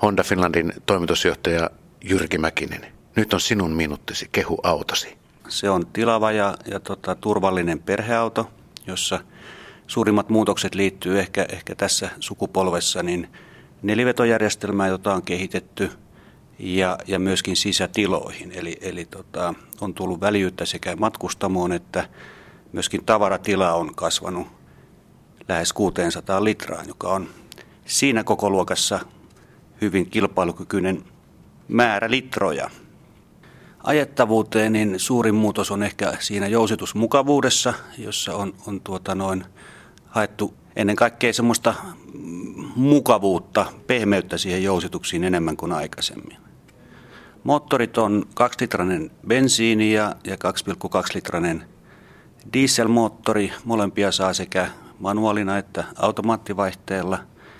Honda Finlandin toimitusjohtaja Jyrki Mäkinen. Nyt on sinun minuuttisi, kehu autosi. Se on tilava ja turvallinen perheauto, jossa suurimmat muutokset liittyy ehkä tässä sukupolvessa niin nelivetojärjestelmään, jota on kehitetty ja myöskin sisätiloihin. Eli on tullut väljyyttä sekä matkustamoon että myöskin tavaratila on kasvanut lähes 600 litraan, joka on siinä kokoluokassa hyvin kilpailukykyinen määrä litroja. Ajettavuuteen niin suurin muutos on ehkä siinä jousitusmukavuudessa, jossa on haettu ennen kaikkea semmoista mukavuutta, pehmeyttä siihen jousituksiin enemmän kuin aikaisemmin. Moottorit on 2-litrainen bensiini ja 2,2-litrainen dieselmoottori. Molempia saa sekä manuaalina että automaattivaihteella.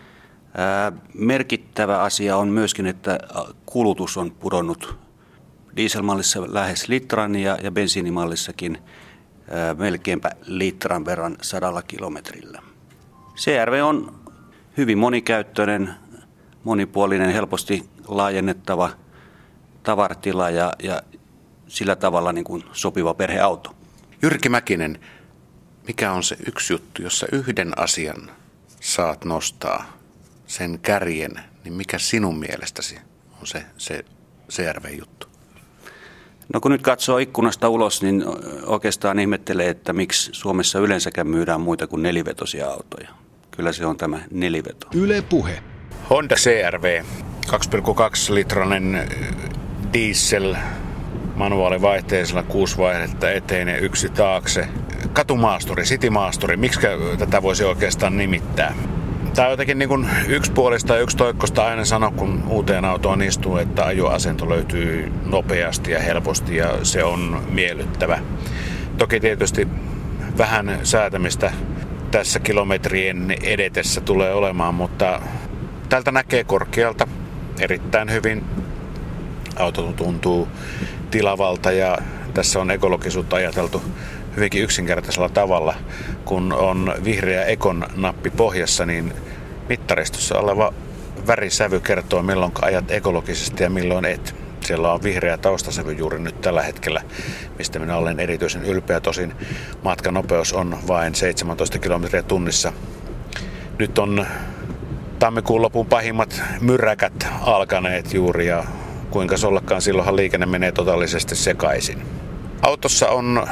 Merkittävä asia on myöskin, että kulutus on pudonnut dieselmallissa lähes litran ja bensiinimallissakin melkeinpä litran verran 100 kilometrillä. CR-V on hyvin monikäyttöinen, monipuolinen, helposti laajennettava tavaratila ja sillä tavalla niin kuin sopiva perheauto. Jyrki Mäkinen, mikä on se yksi juttu, jossa yhden asian saat nostaa sen kärjen, niin mikä sinun mielestäsi on se CR-V-juttu? No kun nyt katsoo ikkunasta ulos, niin oikeastaan ihmettelee, että miksi Suomessa yleensäkään myydään muita kuin nelivetoisia autoja. Kyllä se on tämä neliveto. Yle Puhe. Honda CR-V, 2,2-litrainen diesel, manuaalivaihteisella 6 vaihdetta eteen ja 1 taakse. Katumaasturi, citymaasturi, miksi tätä voisi oikeastaan nimittää? Tämä on jotenkin niin kuin yksipuolista ja yksitoikkoista aina sanoa, kun uuteen autoon istuu, että ajoasento löytyy nopeasti ja helposti ja se on miellyttävä. Toki tietysti vähän säätämistä tässä kilometrien edetessä tulee olemaan, mutta tältä näkee korkealta erittäin hyvin. Auto tuntuu tilavalta ja tässä on ekologisuutta ajateltu hyvinkin yksinkertaisella tavalla. Kun on vihreä Ekon nappi pohjassa, niin mittaristossa oleva värisävy kertoo, milloin ajat ekologisesti ja milloin et. Siellä on vihreä taustasävy juuri nyt tällä hetkellä, mistä minä olen erityisen ylpeä. Tosin matkanopeus on vain 17 kilometriä tunnissa. Nyt on tammikuun lopun pahimmat myräkät alkaneet juuri ja kuinka ollakaan, silloinhan liikenne menee totaalisesti sekaisin. Autossa on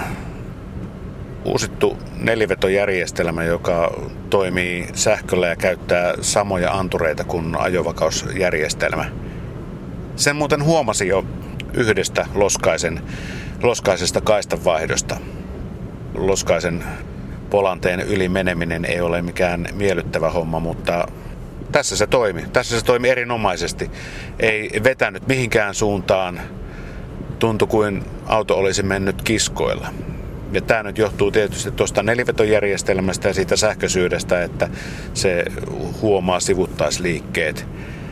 uusittu nelivetojärjestelmä, joka toimii sähköllä ja käyttää samoja antureita kuin ajovakausjärjestelmä. Sen muuten huomasi jo yhdestä loskaisesta kaistanvaihdosta. Loskaisen polanteen yli meneminen ei ole mikään miellyttävä homma, mutta tässä se toimi erinomaisesti. Ei vetänyt mihinkään suuntaan. Tuntui kuin auto olisi mennyt kiskoilla. Ja tämä nyt johtuu tietysti tuosta nelivetojärjestelmästä ja siitä sähköisyydestä, että se huomaa sivuttaisliikkeet.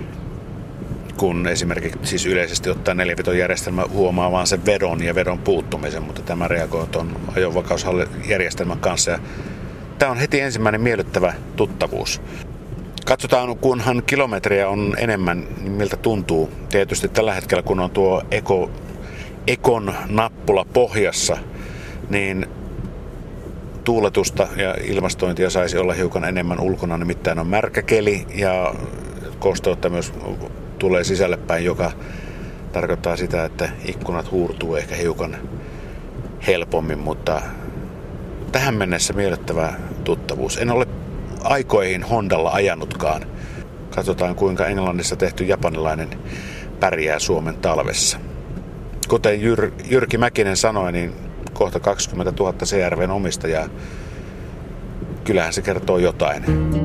Kun esimerkiksi siis yleisesti ottaen nelivetojärjestelmä huomaa vaan sen vedon ja vedon puuttumisen, mutta tämä reagoi tuon ajonvakausjärjestelmän kanssa. Ja tämä on heti ensimmäinen miellyttävä tuttavuus. Katsotaan, kunhan kilometriä on enemmän, niin miltä tuntuu. Tietysti tällä hetkellä, kun on tuo Ekon nappula pohjassa, niin tuuletusta ja ilmastointia saisi olla hiukan enemmän ulkona. Nimittäin on märkä keli ja kosteutta myös tulee sisälle päin, joka tarkoittaa sitä, että ikkunat huurtuu ehkä hiukan helpommin, mutta tähän mennessä miellyttävä tuttavuus. En ole aikoihin Hondalla ajanutkaan. Katsotaan, kuinka Englannissa tehty japanilainen pärjää Suomen talvessa. Kuten Jyrki Mäkinen sanoi, niin kohta 20 000 CR-V:n omistajaa. Kyllähän se kertoo jotain.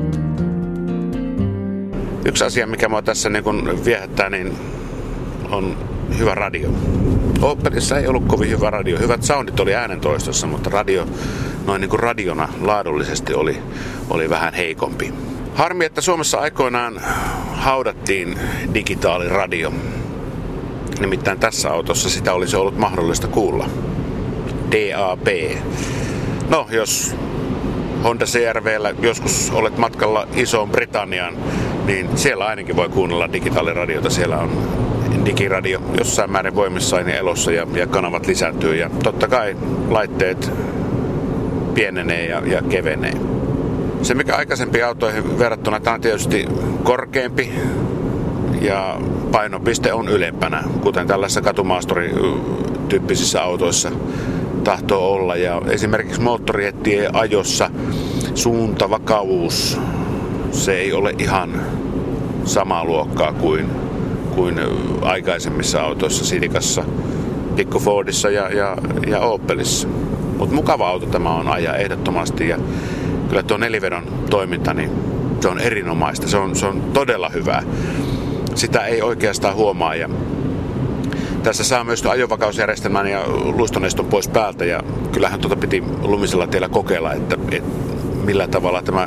Yksi asia, mikä mua tässä niin kun viehättää, niin on hyvä radio. Opelissa ei ollut kovin hyvä radio. Hyvät soundit oli äänentoistossa, mutta radio noin niin kuin radiona laadullisesti oli vähän heikompi. Harmi, että Suomessa aikoinaan haudattiin digitaaliradio. Nimittäin tässä autossa sitä olisi ollut mahdollista kuulla. DAB. No, jos Honda CR-V:llä joskus olet matkalla Isoon Britanniaan, niin siellä ainakin voi kuunnella digitaaliradiota. Siellä on digiradio jossain määrin voimissaan ja elossa ja kanavat lisääntyy. Ja totta kai laitteet pienenee ja kevenee. Se mikä aikaisempiin autoihin verrattuna, tämä on tietysti korkeampi ja painopiste on ylempänä, kuten tällaisissa katumaasturityyppisissä autoissa tahtoo olla. Ja esimerkiksi moottoriettien ajossa suuntavakavuus, se ei ole ihan samaa luokkaa kuin aikaisemmissa autoissa, Citykassa, Pikku Fordissa ja Opelissa. Mutta mukava auto tämä on ajaa ehdottomasti ja kyllä tuo nelivedon toiminta, niin se on erinomaista. Se on todella hyvää. Sitä ei oikeastaan huomaa ja tässä saa myös ajovakausjärjestelmän ja luistoneiston pois päältä ja kyllähän piti lumisella tiellä kokeilla, että millä tavalla tämä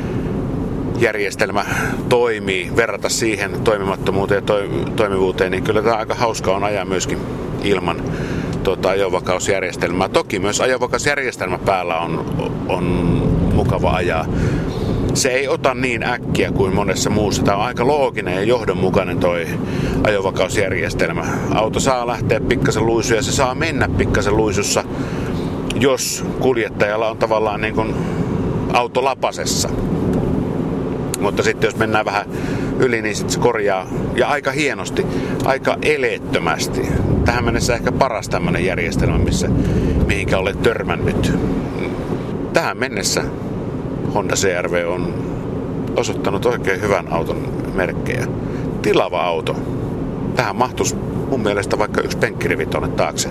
järjestelmä toimii, verrata siihen toimimattomuuteen ja toimivuuteen, niin kyllä tämä aika hauska on ajaa myöskin ilman ajovakausjärjestelmää. Toki myös ajovakausjärjestelmä päällä on mukava ajaa. Se ei ota niin äkkiä kuin monessa muussa. Tämä on aika looginen ja johdonmukainen toi ajovakausjärjestelmä. Auto saa lähteä pikkasen luisuun ja se saa mennä pikkasen luisussa, jos kuljettajalla on tavallaan niin kuin auto lapasessa. Mutta sitten jos mennään vähän yli, niin sitten se korjaa ja aika hienosti, aika eleettömästi. Tähän mennessä ehkä paras tämmöinen järjestelmä, mihinkä olet törmännyt. Tähän mennessä Honda CR-V on osoittanut oikein hyvän auton merkkejä. Tilava auto. Tähän mahtuisi mun mielestä vaikka yksi penkkirivi tuonne taakse.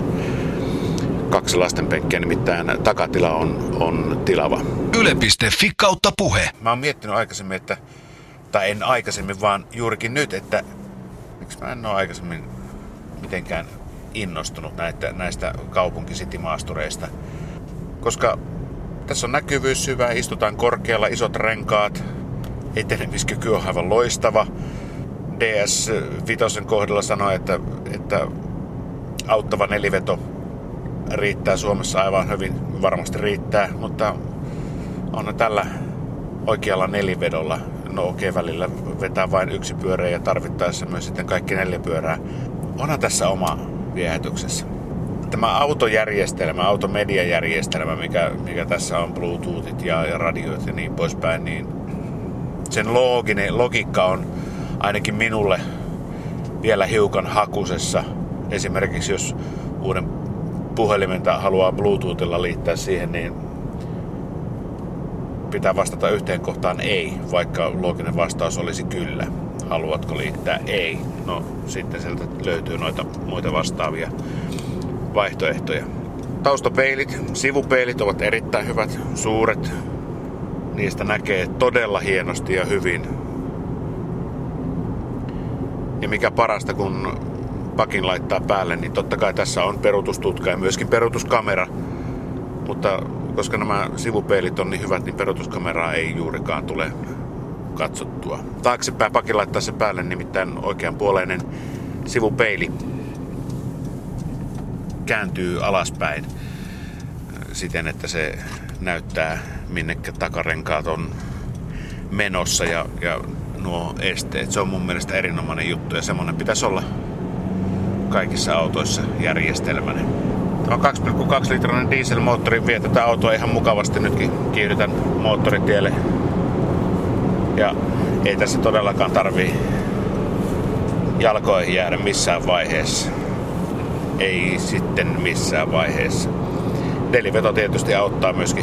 2 lastenpenkkiä, nimittäin takatila on tilava. Yle.fi/puhe. Mä oon miettinyt aikaisemmin, tai en aikaisemmin, vaan juurikin nyt, että miksi mä en ole aikaisemmin mitenkään innostunut näistä kaupunkisitimaastureista. Koska tässä on näkyvyys hyvä, istutaan korkealla, isot renkaat, etenemiskyky on aivan loistava. DS5 kohdalla sanoi, että auttava neliveto riittää Suomessa aivan hyvin, varmasti riittää, mutta on tällä oikealla nelivedolla, välillä vetää vain yksi pyörä ja tarvittaessa myös sitten kaikki 4 pyörää. Onhan tässä oma viehätyksessä. Tämä autojärjestelmä, automediajärjestelmä, mikä tässä on, Bluetoothit ja radiot ja niin poispäin, niin sen logiikka on ainakin minulle vielä hiukan hakusessa. Esimerkiksi jos uuden puhelimenta haluaa Bluetoothilla liittää siihen, niin pitää vastata yhteen kohtaan ei, vaikka looginen vastaus olisi kyllä. Haluatko liittää? Ei. No sitten sieltä löytyy noita muita vastaavia vaihtoehtoja. Taustapeilit, sivupeilit ovat erittäin hyvät, suuret. Niistä näkee todella hienosti ja hyvin. Ja mikä parasta, kun pakin laittaa päälle, niin totta kai tässä on peruutustutka ja myöskin peruutuskamera. Mutta koska nämä sivupeilit on niin hyvät, niin peruutuskameraa ei juurikaan tule katsottua. Taaksepäin pakin laittaa se päälle, nimittäin oikeanpuoleinen sivupeili kääntyy alaspäin siten, että se näyttää minnekä takarenkaat on menossa ja nuo esteet. Se on mun mielestä erinomainen juttu ja semmoinen pitäisi olla kaikissa autoissa järjestelmänä. Tämä 2,2 litrainen dieselmoottori vie tätä autoa ihan mukavasti. Nytkin kiihdytän moottoritielle. Ja ei tässä todellakaan tarvii jalkoihin jäädä missään vaiheessa. Ei sitten missään vaiheessa. Neliveto tietysti auttaa myöskin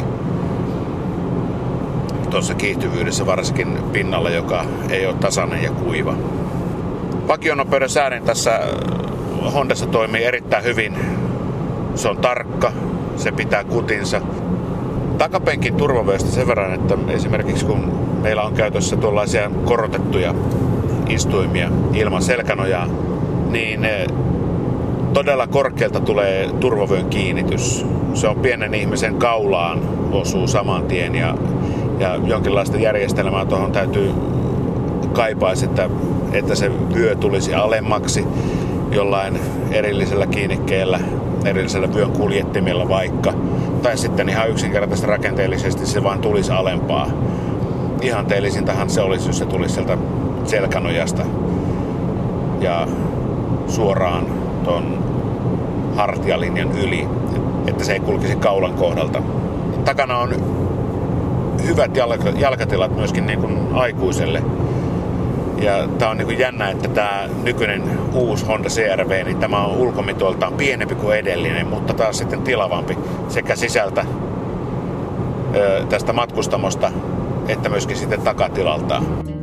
tuossa kiihtyvyydessä, varsinkin pinnalla, joka ei ole tasainen ja kuiva. Vakionopeuden säädin tässä Hondassa toimii erittäin hyvin. Se on tarkka, se pitää kutinsa. Takapenkin turvavyöstä sen verran, että esimerkiksi kun meillä on käytössä tuollaisia korotettuja istuimia ilman selkänojaa, niin todella korkealta tulee turvavyön kiinnitys. Se on pienen ihmisen kaulaan osuu saman tien ja jonkinlaista järjestelmää tuohon täytyy kaipaisi, että se vyö tulisi alemmaksi jollain erillisellä kiinnikkeellä, erillisellä vyön kuljettimella vaikka. Tai sitten ihan yksinkertaisesti rakenteellisesti se vaan tulisi alempaa. Ihanteellisintahan se olisi, jos se tulisi sieltä selkänojasta ja suoraan ton hartialinjan yli, että se ei kulkisi kaulan kohdalta. Takana on hyvät jalkatilat myöskin niin kuin aikuiselle. Ja tää on niin kuin jännä, että tää nykyinen uusi Honda CR-V, niin tämä on ulkomitoiltaan pienempi kuin edellinen, mutta taas sitten tilavampi sekä sisältä tästä matkustamosta että myöskin sitten takatilaltaan.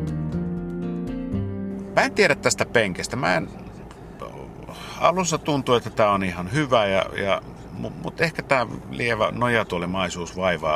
Mä en tiedä tästä penkestä. Alussa tuntuu, että tää on ihan hyvä, mutta ehkä tää lievä nojatuolimaisuus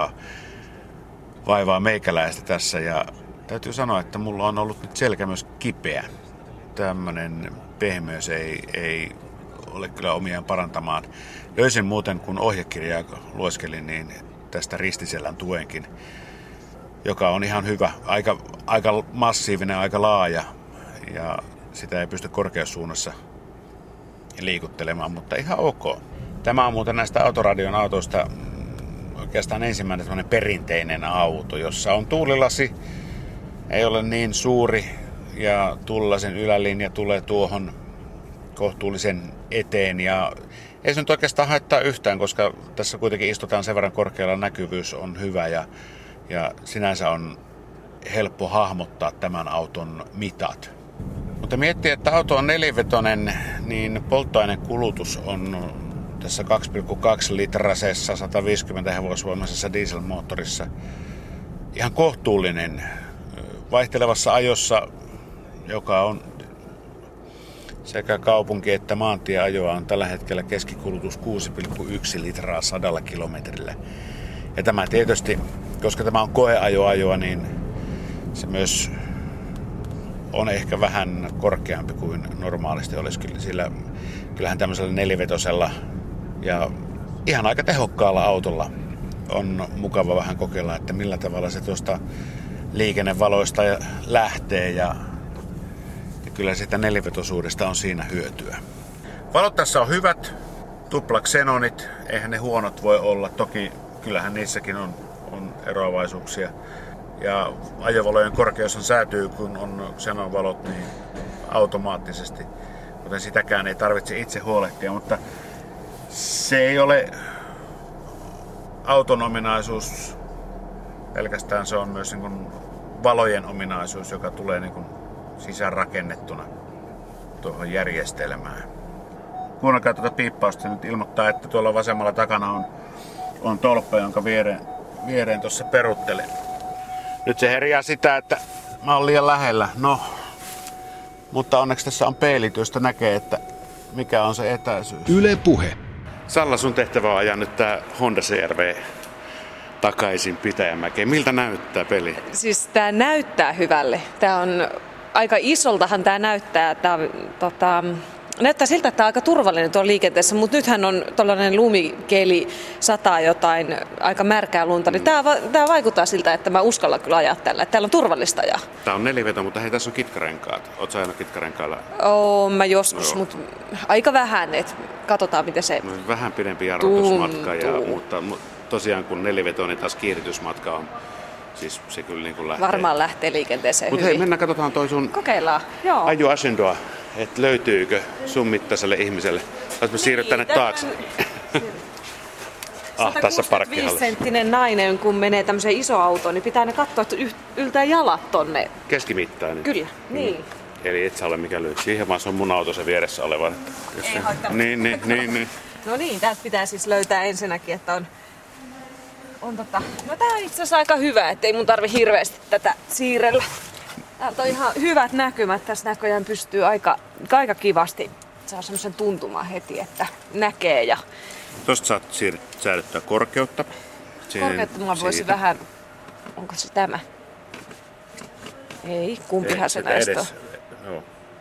vaivaa meikäläistä tässä. Ja täytyy sanoa, että mulla on ollut nyt selkä myös kipeä. Tämmönen pehmeys ei ole kyllä omiaan parantamaan. Löysin muuten, kun ohjekirjaa lueskelin, niin tästä ristiselän tuenkin, joka on ihan hyvä. Aika massiivinen, aika laaja ja sitä ei pysty korkeussuunnassa liikuttelemaan, mutta ihan ok. Tämä on muuten näistä Autoradion autoista oikeastaan ensimmäinen perinteinen auto, jossa on tuulilasi, ei ole niin suuri ja tuulilasin ylälinja tulee tuohon kohtuullisen eteen ja ei se nyt oikeastaan haittaa yhtään, koska tässä kuitenkin istutaan sen verran korkealla, näkyvyys on hyvä ja sinänsä on helppo hahmottaa tämän auton mitat. Mutta miettii, että auto on nelivetonen, niin polttoainekulutus on tässä 2,2 litrasessa 150 hevosvoimaisessa dieselmoottorissa ihan kohtuullinen. Vaihtelevassa ajossa, joka on sekä kaupunki- että maantieajoa, on tällä hetkellä keskikulutus 6,1 litraa 100 kilometrillä. Ja tämä tietysti, koska tämä on koeajoa, niin se myös on ehkä vähän korkeampi kuin normaalisti olisi, sillä kyllähän tämmöisellä nelivetosella ja ihan aika tehokkaalla autolla on mukava vähän kokeilla, että millä tavalla se tuosta liikennevaloista lähtee ja kyllä sitä nelivetosuudesta on siinä hyötyä. Valot tässä on hyvät, tuplaxenonit, eihän ne huonot voi olla, toki kyllähän niissäkin on eroavaisuuksia. Ja ajovalojen korkeushan säätyy, kun on xenonvalot, niin automaattisesti, joten sitäkään ei tarvitse itse huolehtia, mutta se ei ole auton ominaisuus, pelkästään se on myös niin kuin valojen ominaisuus, joka tulee niin kuin sisäänrakennettuna tuohon järjestelmään. Kuunnelkaa tuota piippausta, se nyt ilmoittaa, että tuolla vasemmalla takana on tolppa, jonka viereen tuossa peruttelen. Nyt se herjää sitä, että mä oon liian lähellä. No, mutta onneksi tässä on peilit, josta näkee, että mikä on se etäisyys. Yle Puhe. Salla, sun tehtävä on ajaa nyt tää Honda CR-V takaisin Pitäjänmäkeen. Miltä näyttää peli? Siis tää näyttää hyvälle. Tää on aika isoltahan tää näyttää. Näyttää siltä, että tämä on aika turvallinen tuolla liikenteessä, mutta nythän on tollainen lumikeli, sataa jotain aika märkää lunta, niin tämä vaikuttaa siltä, että mä uskallan kyllä ajaa tällä, että täällä on turvallista ajaa. Tää on neliveto, mutta hei, tässä on kitkarenkaat. Ootko sä ajanut kitkarenkailla? Mä joskus, mutta aika vähän, että katsotaan miten se vähän pidempi jarrutusmatka, mutta tosiaan kun neliveto, niin taas kiihdytysmatka on. Siis se kyllä niin kuin lähtee. Varmaan lähtee liikenteeseen hyvin. Mutta hei, mennään katsotaan toi sun kokeillaan, joo. Ajoasendoa, että löytyykö sun mittaiselle ihmiselle. Jos me siirryt tänne taakse. Tässä parkkihallissa. 165-senttinen nainen, kun menee tämmöiseen iso autoon, niin pitää ne katsoa, että yltää jalat tonne. Keskimittainen. Kyllä, niin. Eli et sä ole mikä löytyy. Siihen vaan se on mun auto se vieressä oleva. Ei haittaa. Niin. No niin, täältä pitää siis löytää ensinnäkin, että on no tää on itse asiassa aika hyvä, ettei mun tarvi hirveästi tätä siirrellä. Täältä on ihan hyvät näkymät, tässä näköjään pystyy aika kivasti saa semmoisen tuntumaan heti, että näkee. Ja tosta saat säädettyä korkeutta. Korkeutta mulla voisi vähän, onko se tämä? Ei, kumpihan se näistä on. Joo.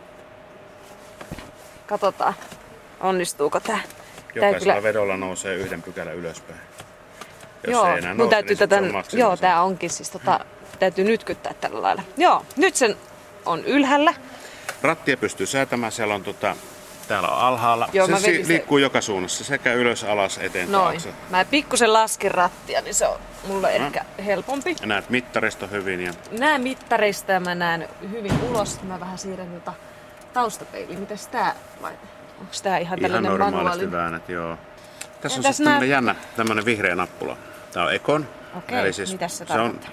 Katsotaan, onnistuuko tää. Jokaisella vedolla nousee 1 pykälä ylöspäin. Joo, mun täytyy niin joo, tää onkin siis täytyy nytkyttää tällä lailla. Joo, nyt sen on ylhäällä. Rattia pystyy säätämään, siellä on Täällä on alhaalla. Joo, mä se vedin liikkuu joka suunnassa, sekä ylös, alas, eteen, Noin. taakse. Mä pikkusen laskin rattia, niin se on mulle ehkä helpompi. Ja näet mittarista hyvin. Ja... Näen mittarista ja mä näen hyvin ulos. Mä vähän siirrän taustapeiliin. Mitäs tää laite? Onko tää ihan tällainen normaalisti manuaali? väännät, joo. Tässä on Entäs sitten tämmönen jännä, tämmönen vihreä nappula. Tää on Econ. Okei, Eli siis mitäs se on, tarkoittaa?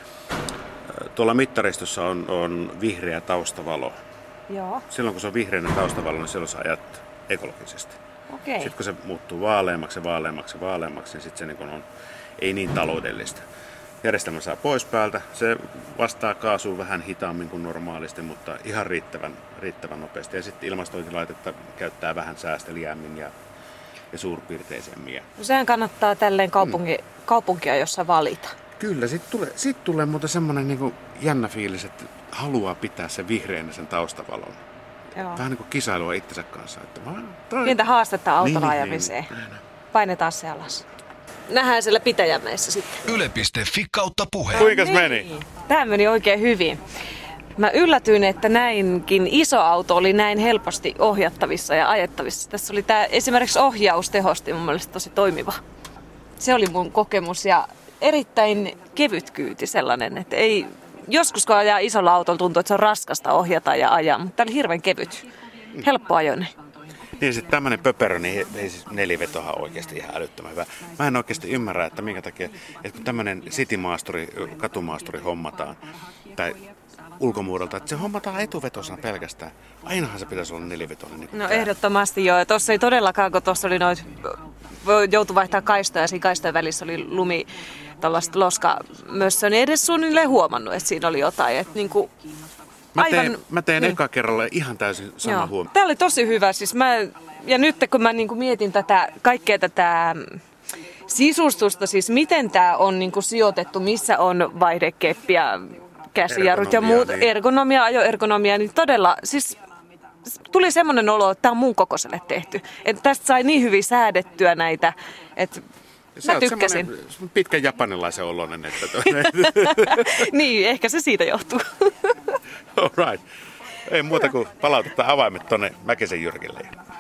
tuolla mittaristossa on vihreä taustavalo. Joo, Silloin kun se on vihreänä taustavalo, niin silloin sä ajat ekologisesti. okei. Sitten kun se muuttuu vaaleammaksi, niin sitten se niin on ei niin taloudellista. Järjestelmä saa pois päältä. Se vastaa kaasuun vähän hitaammin kuin normaalisti, mutta ihan riittävän nopeasti. Ja sitten ilmastointilaitetta käyttää vähän säästeliämmin ja suurpiirteisemmin. No sehän kannattaa tälleen kaupunkia jossa valita. Kyllä, sit tulee muuten semmoinen niin jännä fiilis, että haluaa pitää sen vihreänä sen taustavalon. Joo. Vähän niin kuin kisailua itsensä kanssa. Että Pientä haastetta autolla Niin. ajamiseen. Painetaan se alas. Nähdään siellä Pitäjänmäessä sitten. Yle.fi/puhe. Kuinkas meni? Tämä meni oikein hyvin. Mä yllätyin, että näinkin iso auto oli näin helposti ohjattavissa ja ajettavissa. Tässä oli tämä esimerkiksi ohjaustehosti mun mielestä tosi toimiva. Se oli mun kokemus ja erittäin kevyt kyyti sellainen, että ei... Joskus kun ajaa isolla autolla tuntuu, että se on raskasta ohjata ja ajaa, mutta tämä oli hirveän kevyt. Helppoajoinen. Niin sitten tämmöinen pöperö, niin ei siis nelivetohan oikeasti ihan älyttömän hyvä. Mä en oikeasti ymmärrä, että minkä takia, että kun tämmöinen citymaasturi, katumaasturi hommataan, tai ulkomuodolta, että se hommataan etuvetosena pelkästään. Ainahan se pitäisi olla nelivetoinen. Niin No ehdottomasti joo. Tuossa ei todellakaan, kun tuossa oli noit, joutui vaihtaa kaistoja ja siinä kaistojen välissä oli lumi, tällaista loskamössöä, niin edes suunnilleen huomannut, että siinä oli jotain. Että niinku, Mä teen eka kerralla ihan täysin sama huomio. Tämä oli tosi hyvä. Siis ja nyt kun mä niinku mietin kaikkea tätä sisustusta, siis miten tämä on niinku sijoitettu, missä on vaihdekeppi ja käsijarrut ja muut, niin. ajoergonomia, niin todella, siis tuli semmoinen olo, että tämä on mun kokoiselle tehty. Että tästä sai niin hyvin säädettyä näitä, että mä tykkäsin. Pitkän japanilaisen oloinen. Että niin, ehkä se siitä johtuu. All right. Ei muuta kuin palautetaan avaimet tonne Mäkisen Jyrkille.